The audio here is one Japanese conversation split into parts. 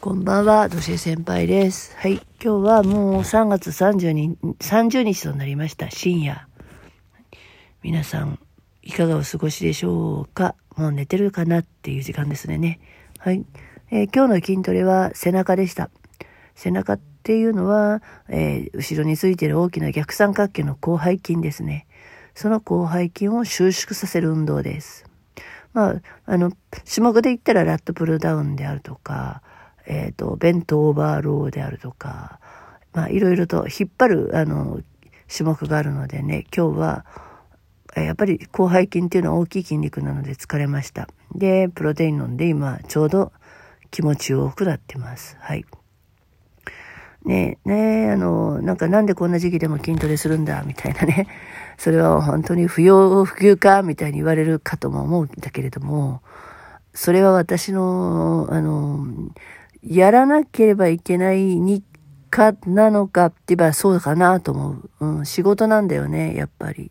こんばんは、どし先輩です。はい、今日はもう3月30日となりました。深夜。皆さん、いかがお過ごしでしょうか？もう寝てるかなっていう時間ですね。はい。今日の筋トレは背中でした。背中っていうのは、後ろについている大きな逆三角形の広背筋ですね。その広背筋を収縮させる運動です。種目で言ったらラットプルダウンであるとか、ベントオーバーローであるとか、いろいろと引っ張る、種目があるのでね、今日は、やっぱり広背筋っていうのは大きい筋肉なので疲れました。で、プロテイン飲んで今ちょうど気持ちよくなってます。はい。なんでこんな時期でも筋トレするんだみたいなね。それは本当に不要不急かみたいに言われるかとも思うんだけれども、それは私の、やらなければいけない日課なのかって言えばそうかなと思う。仕事なんだよね、やっぱり。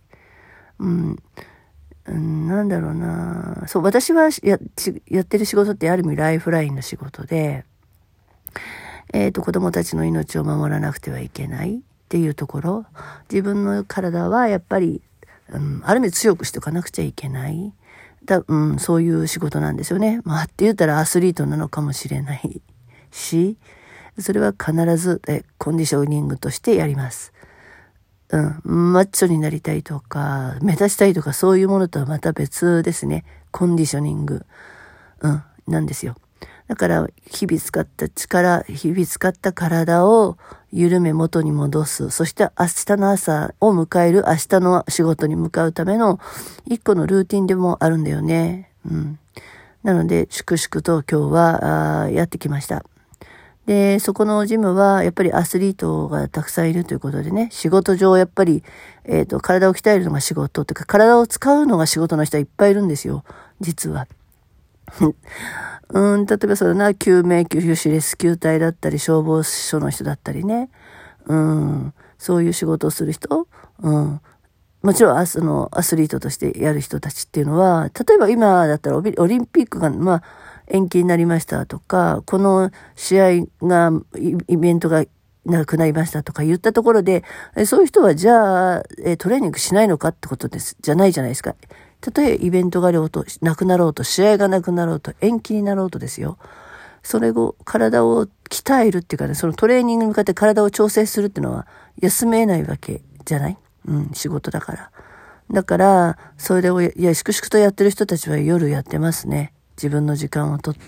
なんだろうな。そう、私はやってる仕事ってある意味ライフラインの仕事で、子供たちの命を守らなくてはいけないっていうところ、自分の体はやっぱり、ある意味強くしておかなくちゃいけない。そういう仕事なんですよね。って言ったらアスリートなのかもしれないし、それは必ずコンディショニングとしてやります。マッチョになりたいとか、目指したいとかそういうものとはまた別ですね。コンディショニング。なんですよ。だから、日々使った体を緩め元に戻す。そして明日の朝を迎える明日の仕事に向かうための一個のルーティンでもあるんだよね。なので、粛々と今日はやってきました。で、そこのジムはやっぱりアスリートがたくさんいるということでね、仕事上やっぱり、体を鍛えるのが仕事というか、体を使うのが仕事の人はいっぱいいるんですよ。実は。例えば救命救急士レスキュー隊だったり、消防署の人だったりね。そういう仕事をする人。もちろんアスリートとしてやる人たちっていうのは、例えば今だったらオリンピックが、延期になりましたとか、この試合が、イベントがなくなりましたとか言ったところで、そういう人はじゃあ、トレーニングしないのかってことです。じゃないじゃないですか。たとえイベントがなくなろうと、試合がなくなろうと、延期になろうとですよ。それを、体を鍛えるっていうかね、そのトレーニングに向かって体を調整するっていうのは、休めないわけじゃない？仕事だから。だから、それを、粛々とやってる人たちは夜やってますね。自分の時間をとって。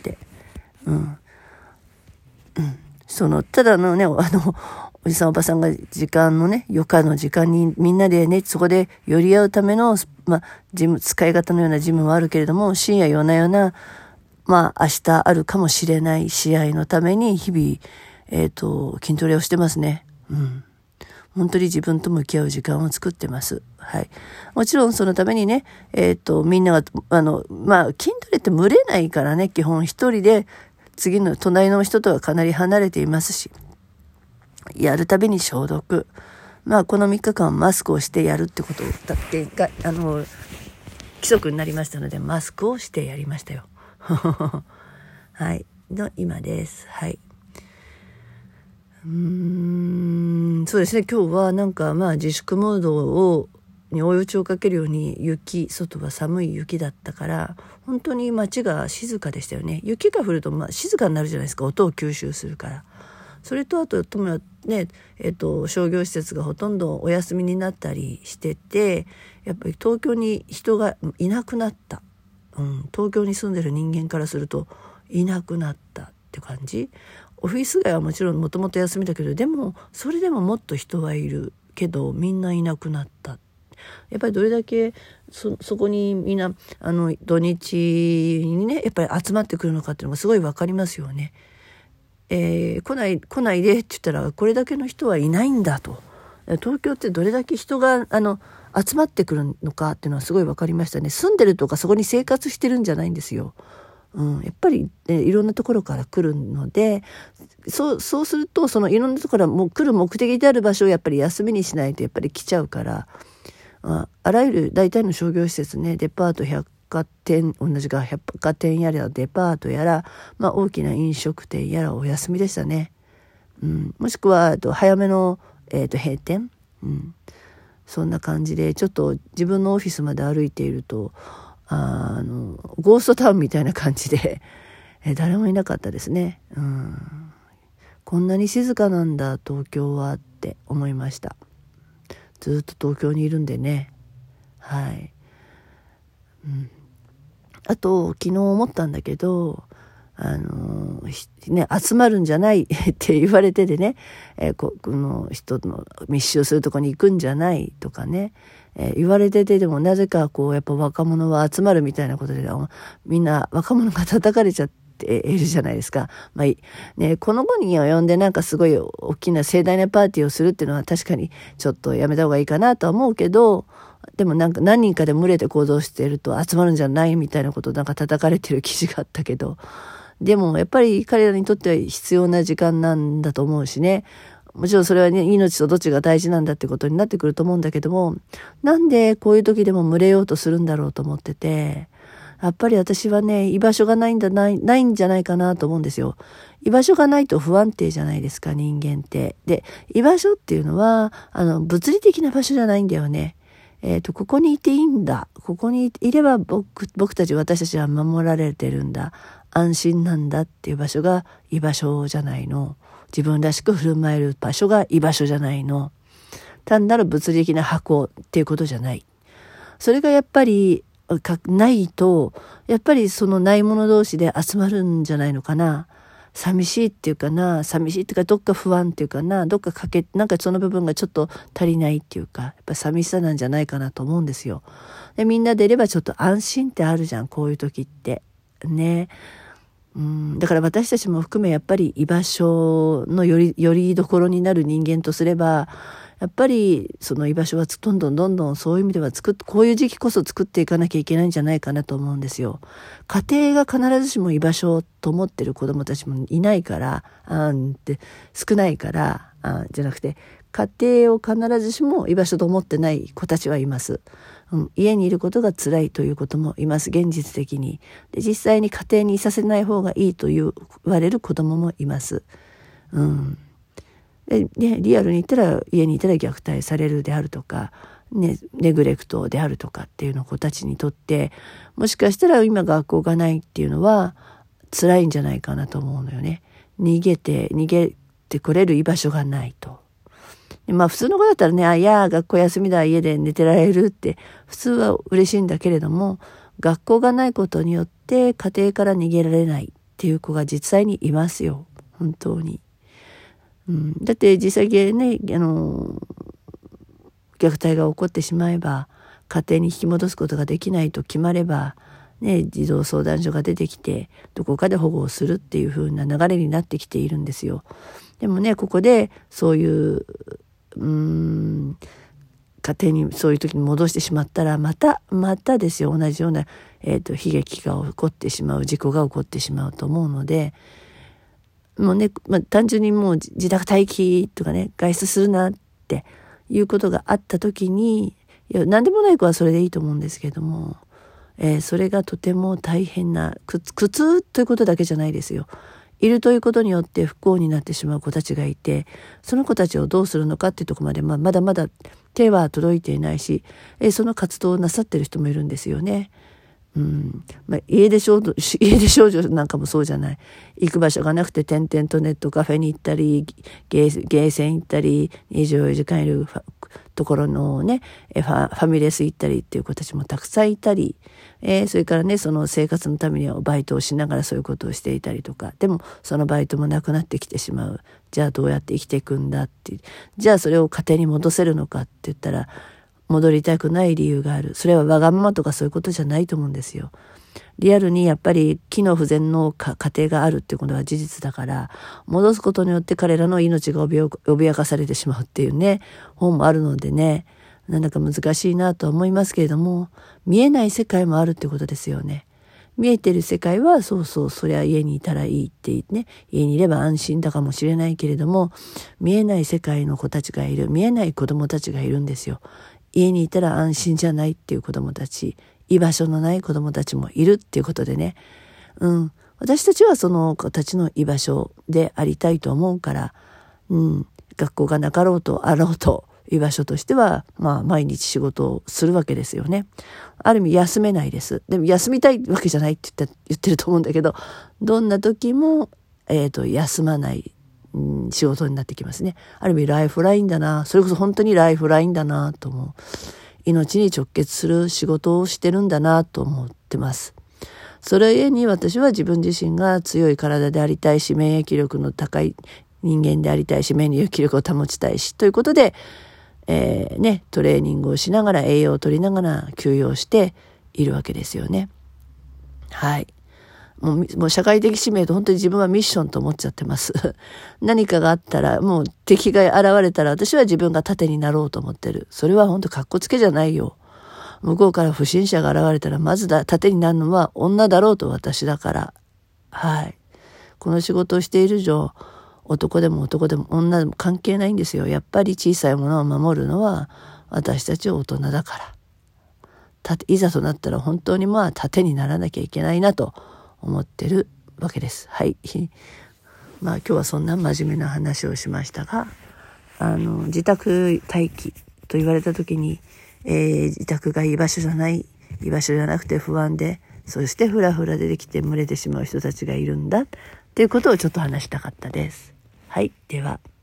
ただのね、おじさんおばさんが時間のね、余暇の時間にみんなでね、そこで寄り合うための、使い方のようなジムもあるけれども、深夜夜な夜な、明日あるかもしれない試合のために日々、筋トレをしてますね。本当に自分と向き合う時間を作ってます。はい。もちろんそのためにね、みんなが、筋トレって群れないからね、基本一人で、隣の人とはかなり離れていますし、やるたびに消毒。この3日間マスクをしてやるってことだってが、規則になりましたので、マスクをしてやりましたよ。はい。の今です。はい。そうですね。今日は自粛モードに追い打ちをかけるように外は寒い雪だったから、本当に街が静かでしたよね。雪が降ると静かになるじゃないですか。音を吸収するから。それとあと、商業施設がほとんどお休みになったりしてて、やっぱり東京に人がいなくなった。東京に住んでる人間からするといなくなったって感じ。オフィス街はもちろんもともと休みだけど、でもそれでももっと人はいるけどみんないなくなった。やっぱりどれだけそこにみんな土日にねやっぱり集まってくるのかっていうのがすごいわかりますよね。来ないでって言ったらこれだけの人はいないんだと。東京ってどれだけ人が集まってくるのかっていうのはすごいわかりましたね。住んでるとかそこに生活してるんじゃないんですよ。やっぱり、いろんなところから来るので、そうするとそのいろんなところからもう来る目的である場所をやっぱり休みにしないとやっぱり来ちゃうから、あらゆる大体の商業施設ね、デパート、百貨店、同じか百貨店やらデパートやら、大きな飲食店やらお休みでしたね。もしくは早めの、閉店、そんな感じで、ちょっと自分のオフィスまで歩いているとゴーストタウンみたいな感じで、誰もいなかったですね。こんなに静かなんだ東京はって思いました。ずっと東京にいるんでね。はい。あと昨日思ったんだけど、集まるんじゃないって言われてでね、この人の密集するとこに行くんじゃないとかね、言われてて、でもなぜかやっぱ若者は集まるみたいなことで、みんな若者が叩かれちゃっているじゃないですか。この5人を呼んでなんかすごい大きな盛大なパーティーをするっていうのは確かにちょっとやめた方がいいかなとは思うけど、でもなんか何人かで群れて行動していると集まるんじゃないみたいなことをなんか叩かれてる記事があったけど、でもやっぱり彼らにとっては必要な時間なんだと思うしね。もちろんそれはね、命とどっちが大事なんだってことになってくると思うんだけども、なんでこういう時でも群れようとするんだろうと思ってて、やっぱり私はね、居場所がないんじゃないかなと思うんですよ。居場所がないと不安定じゃないですか、人間って。で、居場所っていうのは、物理的な場所じゃないんだよね。ここにいていいんだ。ここにいれば私たちは守られてるんだ。安心なんだっていう場所が居場所じゃないの。自分らしく振る舞える場所が居場所じゃないの。単なる物理的な箱っていうことじゃない。それがやっぱりないと、やっぱりそのないもの同士で集まるんじゃないのかな。寂しいっていうかどっか不安っていうかな、どっかなんかその部分がちょっと足りないっていうか、やっぱ寂しさなんじゃないかなと思うんですよ。で、みんなでいればちょっと安心ってあるじゃん、こういう時ってね。だから私たちも含めやっぱり居場所のよりどころになる人間とすれば、やっぱりその居場所はどんどんそういう意味ではこういう時期こそ作っていかなきゃいけないんじゃないかなと思うんですよ。家庭が必ずしも居場所と思ってる子どもたちもいないから、少ないから、じゃなくて、家庭を必ずしも居場所と思ってない子たちはいます。家にいることが辛いということもいます、現実的に。で、実際に家庭にいさせない方がいいと言われる子どももいます。で、リアルに言ったら家にいたら虐待されるであるとか、ネグレクトであるとかっていうの子たちにとって、もしかしたら今学校がないっていうのは辛いんじゃないかなと思うのよね。逃げてこれる居場所がないと。普通の子だったらね、学校休みだ、家で寝てられるって普通は嬉しいんだけれども、学校がないことによって家庭から逃げられないっていう子が実際にいますよ、本当に。だって実際ね、虐待が起こってしまえば、家庭に引き戻すことができないと決まれば、児童相談所が出てきて、どこかで保護をするっていう風な流れになってきているんですよ。でもね、ここでそういう、家庭にそういう時に戻してしまったら、またですよ、同じような、悲劇が起こってしまう、事故が起こってしまうと思うので、もうね、単純にもう自宅待機とかね、外出するなっていうことがあった時に、何でもない子はそれでいいと思うんですけども、それがとても大変な苦痛ということだけじゃないですよ。いるということによって不幸になってしまう子たちがいて、その子たちをどうするのかっていうところまで、まだまだ手は届いていないし、その活動をなさっている人もいるんですよね。家出少女なんかもそうじゃない。行く場所がなくて転々とネットカフェに行ったり、ゲーセン行ったり、24時間いるところのね、ファミレス行ったりっていう子たちもたくさんいたり、それからね、その生活のためにはバイトをしながらそういうことをしていたりとか、でもそのバイトもなくなってきてしまう。じゃあどうやって生きていくんだって、じゃあそれを家庭に戻せるのかって言ったら、戻りたくない理由がある。それはわがままとかそういうことじゃないと思うんですよ。リアルにやっぱり機能不全の家庭があるっていうことは事実だから、戻すことによって彼らの命が脅かされてしまうっていうね、本もあるのでね、なんだか難しいなと思いますけれども、見えない世界もあるってことですよね。見えてる世界はそりゃ家にいたらいいって言ってね、家にいれば安心だかもしれないけれども、見えない世界の子たちがいる、見えない子供たちがいるんですよ。家にいたら安心じゃないっていう子供たち居場所のない子どもたちもいるっていうことでね、私たちはその子たちの居場所でありたいと思うから、学校がなかろうとあろうと居場所としては、毎日仕事をするわけですよね。ある意味休めないです。でも休みたいわけじゃないって言ってると思うんだけど、どんな時も、休まない、仕事になってきますね。ある意味ライフラインだな。それこそ本当にライフラインだなと思う。命に直結する仕事をしてるんだなと思ってます。それゆえに私は自分自身が強い体でありたいし、免疫力の高い人間でありたいし、免疫力を保ちたいし、ということで、トレーニングをしながら栄養を取りながら休養しているわけですよね。はい。もう社会的使命と本当に自分はミッションと思っちゃってます。何かがあったら、もう敵が現れたら私は自分が盾になろうと思ってる。それは本当かっこつけじゃないよ。向こうから不審者が現れたらまず盾になるのは女だろうと私だから。はい。この仕事をしている以上、男でも男でも女でも関係ないんですよ。やっぱり小さいものを守るのは私たち大人だから。いざとなったら本当に盾にならなきゃいけないなと思ってるわけです。はい。今日はそんな真面目な話をしましたが、自宅待機と言われた時に、自宅が居場所じゃなくて不安で、そしてフラフラ出てきて群れてしまう人たちがいるんだっていうことをちょっと話したかったです。はい。では。